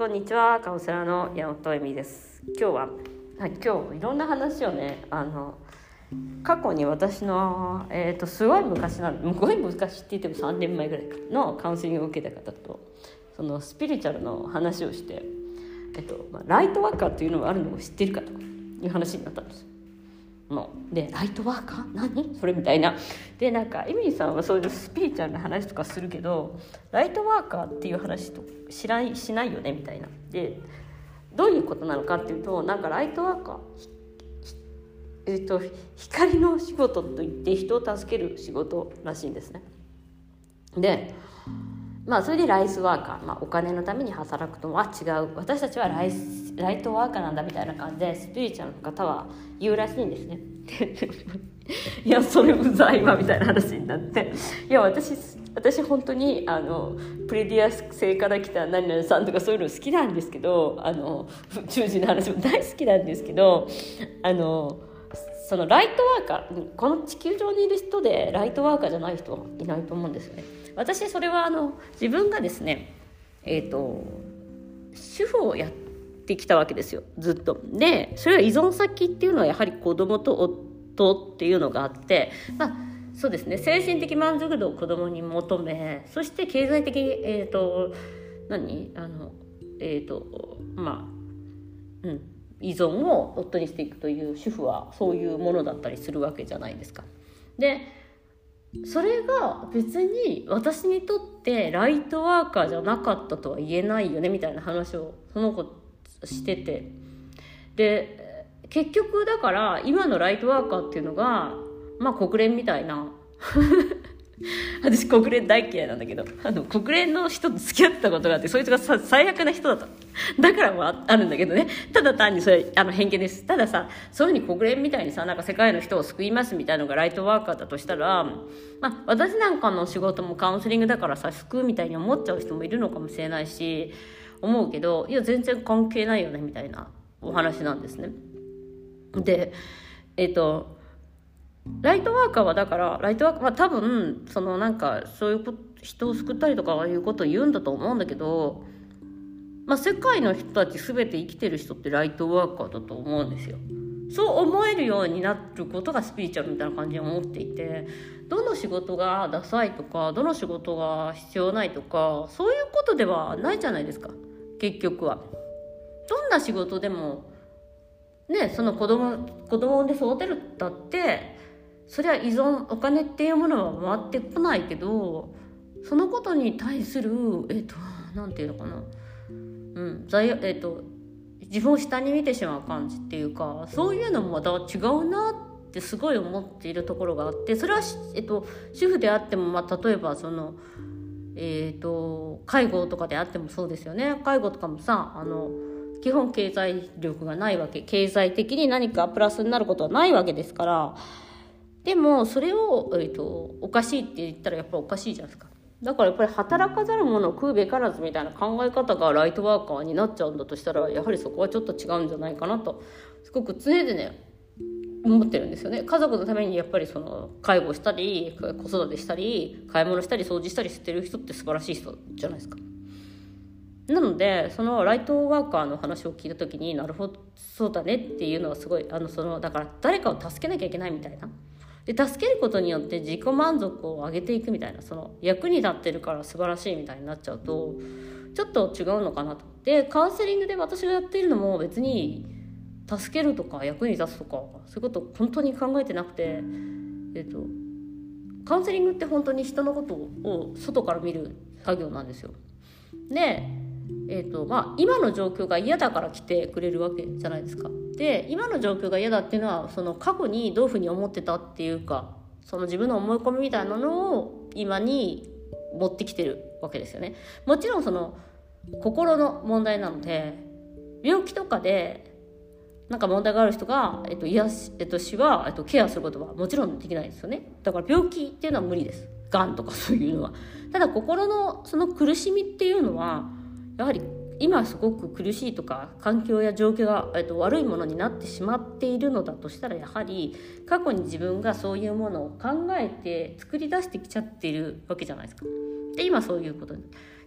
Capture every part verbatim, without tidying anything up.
こんにちは。カウンセラーの山本恵美です。今日は、はい、今日いろんな話をね、あの過去に私の、えー、とすごい昔なのすごい昔って言ってもさんねんまえぐらいかのカウンセリングを受けた方とそのスピリチュアルの話をして、えっとまあ、ライトワーカーというのがあるのを知っているかという話になったんです。のでライトワーカー何それみたいなで、なんかエミリーさんはそういうスピリチュアルな話とかするけどライトワーカーっていう話としないしないよねみたいな。でどういうことなのかっていうと、なんかライトワーカー、えー、と光の仕事といって人を助ける仕事らしいんですね。でまあそれでライスワーカー、まあ、お金のために働くとは違う、私たちはライスライトワーカーなんだみたいな感じでスピリチュアルの方は言うらしいんですね。いやそれうざいわみたいな話になって、いや私私本当にあのプレディア星から来た何々さんとかそういうの好きなんですけど、あの宇宙人の話も大好きなんですけど、あのそのライトワーカー、この地球上にいる人でライトワーカーじゃない人はいないと思うんですよね。私それはあの自分がですね、えーと、主婦をやってきたわけですよ、ずっと。でそれは依存先っていうのはやはり子供と夫っていうのがあって、まあそうですね、精神的満足度を子供に求め、そして経済的えーと何あのえーとまあうん依存を夫にしていくという主婦はそういうものだったりするわけじゃないですか。でそれが別に私にとってライトワーカーじゃなかったとは言えないよねみたいな話をその子してて、で結局だから今のライトワーカーっていうのがまあ国連みたいな私国連大嫌いなんだけど、あの国連の人と付き合ったことがあって、そいつがさ最悪な人だっただからも あ, あるんだけどね、ただ単にそれあの偏見です。たださ、そういうふうに国連みたいにさ、なんか世界の人を救いますみたいなのがライトワーカーだとしたら、まあ、私なんかの仕事もカウンセリングだからさ救うみたいに思っちゃう人もいるのかもしれないし思うけど、いや全然関係ないよねみたいなお話なんですね。でえっ、ー、とライトワーカーはだからライトワーカーは多分そのなんかそういうこと人を救ったりとかああいうことを言うんだと思うんだけど、まあ、世界の人たち全て生きてる人ってライトワーカーだと思うんですよ。そう思えるようになることがスピリチュアルみたいな感じに思っていて、どの仕事がダサいとかどの仕事が必要ないとかそういうことではないじゃないですか。結局はどんな仕事でもね、その子供子供で育てるだってそれは依存、お金っていうものは回ってこないけど、そのことに対するえっ、となんていうのかな、うん罪えっ、と自分を下に見てしまう感じっていうか、そういうのもまた違うなってすごい思っているところがあって、それは、えっと、主婦であっても、まあ、例えばその、えっと、介護とかであってもそうですよね。介護とかもさ、あの基本経済力がないわけ、経済的に何かプラスになることはないわけですから。でもそれを、えっと、おかしいって言ったらやっぱりおかしいじゃないですか。だからやっぱり働かざる者を食うべからずみたいな考え方がライトワーカーになっちゃうんだとしたら、やはりそこはちょっと違うんじゃないかなとすごく常々ね思ってるんですよね。家族のためにやっぱりその介護したり子育てしたり買い物したり掃除したりしてる人って素晴らしい人じゃないですか。なのでそのライトワーカーの話を聞いた時に、なるほどそうだねっていうのはすごい、あのそのだから誰かを助けなきゃいけないみたいな、で助けることによって自己満足を上げていくみたいな、その役に立ってるから素晴らしいみたいになっちゃうとちょっと違うのかなと。でカウンセリングで私がやっているのも別に助けるとか役に立つとかそういうことを本当に考えてなくて、えっとカウンセリングって本当に人のことを外から見る作業なんですよ。でえーとまあ、今の状況が嫌だから来てくれるわけじゃないですか。で今の状況が嫌だっていうのはその過去にどういうふうに思ってたっていうか、その自分の思い込みみたいなのを今に持ってきてるわけですよね。もちろんその心の問題なので、病気とかでなんか問題がある人が、えっと、癒し、えっと、死は、えっと、ケアすることはもちろんできないですよね。だから病気っていうのは無理です。がんとかそういうのは。ただ心のその苦しみっていうのはやはり今すごく苦しいとか環境や状況が、えっと、悪いものになってしまっているのだとしたら、やはり過去に自分がそういうものを考えて作り出してきちゃっているわけじゃないですか。で今そういうことに、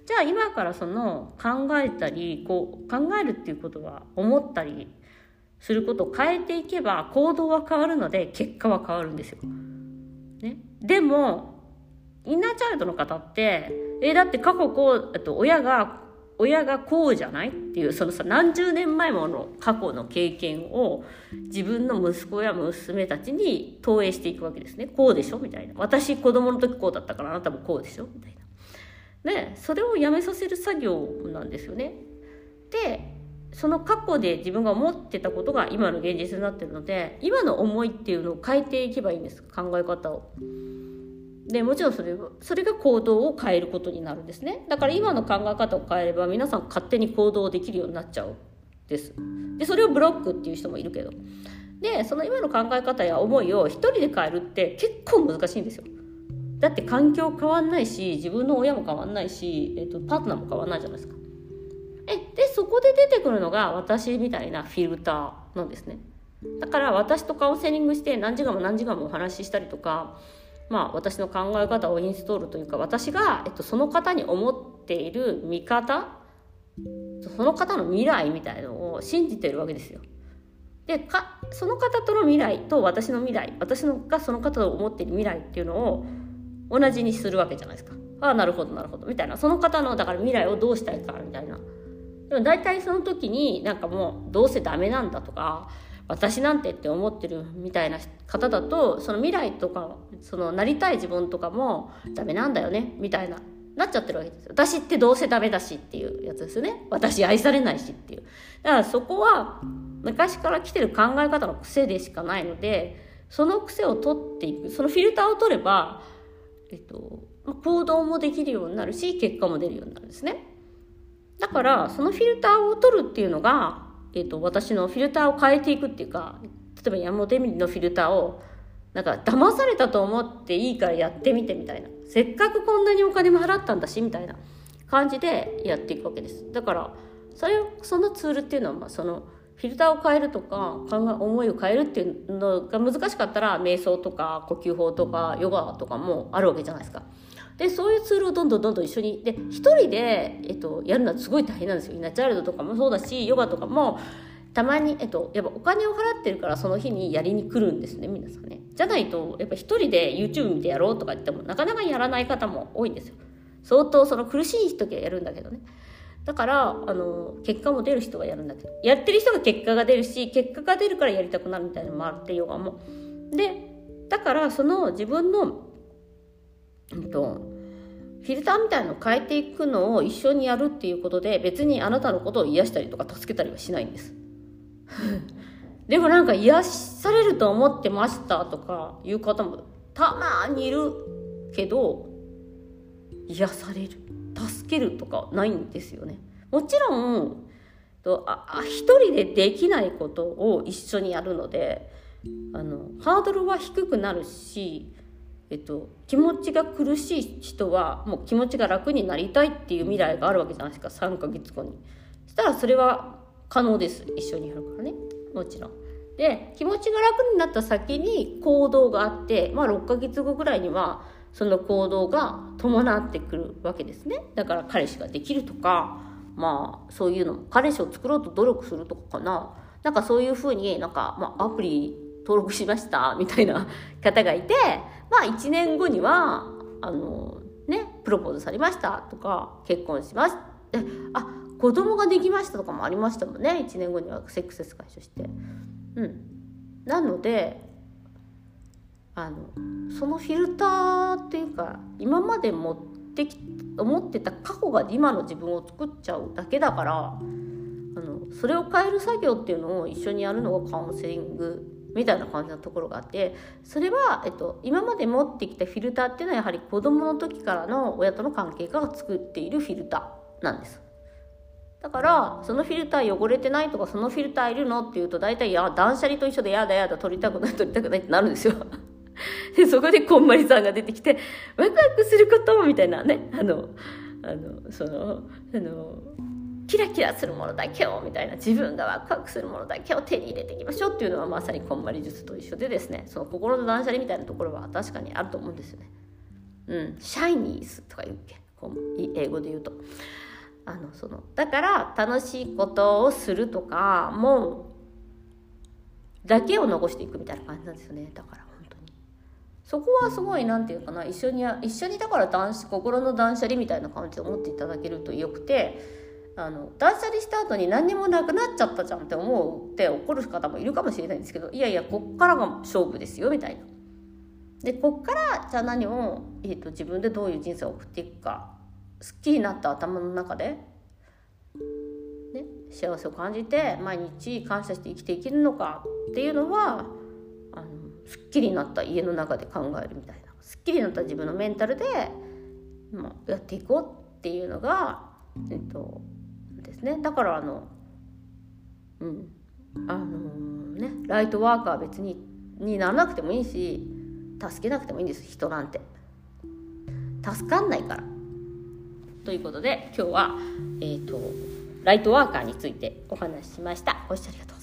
じゃあ今からその考えたりこう考えるっていうことは思ったりすることを変えていけば行動は変わるので結果は変わるんですよ、ね、でもインナーチャイルドの方ってえだって過去こうあと親が親がこうじゃないっていうそのさ何十年前もの過去の経験を自分の息子や娘たちに投影していくわけですね。こうでしょみたいな、私子供の時こうだったからあなたもこうでしょみたいな。でそれをやめさせる作業なんですよね。でその過去で自分が思ってたことが今の現実になってるので今の思いっていうのを変えていけばいいんです、考え方を。でもちろんそれそれが行動を変えることになるんですね。だから今の考え方を変えれば皆さん勝手に行動できるようになっちゃうんです。でそれをブロックっていう人もいるけど、でその今の考え方や思いを一人で変えるって結構難しいんですよ。だって環境変わんないし自分の親も変わんないし、えっと、パートナーも変わんないじゃないですか。えでそこで出てくるのが私みたいなフィルターなんですね。だから私とカウンセリングして何時間も何時間もお話ししたりとか、まあ、私の考え方をインストールというか私が、えっと、その方に思っている見方その方の未来みたいのを信じてるわけですよ。でかその方との未来と私の未来私のがその方の思っている未来っていうのを同じにするわけじゃないですか。ああなるほどなるほどみたいな、その方のだから未来をどうしたいかみたいな。でも大体その時になんかもうどうせダメなんだとか私なんてって思ってるみたいな方だとその未来とかそのなりたい自分とかもダメなんだよねみたいななっちゃってるわけですよ。私ってどうせダメだしっていうやつですよね。私愛されないしっていう。だからそこは昔から来てる考え方の癖でしかないのでその癖を取っていく、そのフィルターを取れば、えっと、行動もできるようになるし結果も出るようになるんですね。だからそのフィルターを取るっていうのがえー、と私のフィルターを変えていくっていうか、例えば山本エミリのフィルターをなんか騙されたと思っていいからやってみてみたいな、せっかくこんなにお金も払ったんだしみたいな感じでやっていくわけです。だからそれをそのツールっていうのは、まあ、そのフィルターを変えるとか考え思いを変えるっていうのが難しかったら瞑想とか呼吸法とかヨガとかもあるわけじゃないですか。でそういうツールをどんどんどんどん一緒にで一人で、えっと、やるのはすごい大変なんですよ。インナーチャイルドとかもそうだしヨガとかもたまに、えっと、やっぱお金を払ってるからその日にやりに来るんですね皆さんね。じゃないとやっぱ一人で YouTube 見てやろうとか言ってもなかなかやらない方も多いんですよ。相当その苦しい時はやるんだけどね。だからあの結果も出る人はやるんだけど、やってる人が結果が出るし結果が出るからやりたくなるみたいなのもあってヨガも。でだからその自分の、うんとフィルターみたいなのを変えていくのを一緒にやるっていうことで別にあなたのことを癒したりとか助けたりはしないんですでもなんか癒されると思ってましたとかいう方もたまにいるけど癒される助けるとかないんですよね。もちろんあ一人でできないことを一緒にやるのであのハードルは低くなるし、えっと、気持ちが苦しい人はもう気持ちが楽になりたいっていう未来があるわけじゃないですか。さんかげつごにそしたらそれは可能です。一緒にやるからね、もちろん。で気持ちが楽になった先に行動があって、まあ、ろっかげつごぐらいにはその行動が伴ってくるわけですね。だから彼氏ができるとか、まあそういうのも彼氏を作ろうと努力するとかかな、なんかそういうふうになんか、まあ、アプリ登録しましたみたいな方がいて、まあいちねんごにはあのねプロポーズされましたとか結婚しますえあ子供ができましたとかもありましたもんね。いちねんごにはセックスレス解消して、うんなのであのそのフィルターっていうか今まで持ってき思ってた過去が今の自分を作っちゃうだけだから、あのそれを変える作業っていうのを一緒にやるのがカウンセリングみたいな感じのところがあって、それは、えっと、今まで持ってきたフィルターっていうのはやはり子供の時からの親との関係が作っているフィルターなんです。だからそのフィルター汚れてないとかそのフィルターいるのっていうと大体いや断捨離と一緒でやだやだ取りたくない取りたくないってなるんですよでそこでこんまりさんが出てきてワクワクすることみたいなね、あのあのそのあのキラキラするものだけをみたいな、自分がワクワクするものだけを手に入れていきましょうっていうのはまさにこんまり術と一緒でですね、その心の断捨離みたいなところは確かにあると思うんですよね。うん、シャイニーズとか言うっけ、 英語で言うとあのそのだから楽しいことをするとかもだけを残していくみたいな感じなんですよね。だから本当にそこはすごいなんていうかな、一緒に一緒にだから断心の断捨離みたいな感じで思っていただけるとよくて、あの断捨離した後に何にもなくなっちゃったじゃんって思うって怒る方もいるかもしれないんですけど、いやいやこっからが勝負ですよみたいな。でこっからじゃあ何を、えーと、自分でどういう人生を送っていくか、すっきりになった頭の中で、ね、幸せを感じて毎日感謝して生きていけるのかっていうのはあのすっきりになった家の中で考えるみたいな、すっきりになった自分のメンタルで、まあ、やっていこうっていうのが、えっとですね、だからあのうんあのー、ねライトワーカーは別ににならなくてもいいし、助けなくてもいいんです。人なんて助かんないから。ということで今日は、えーと、ライトワーカーについてお話ししました。ご視聴ありがとう。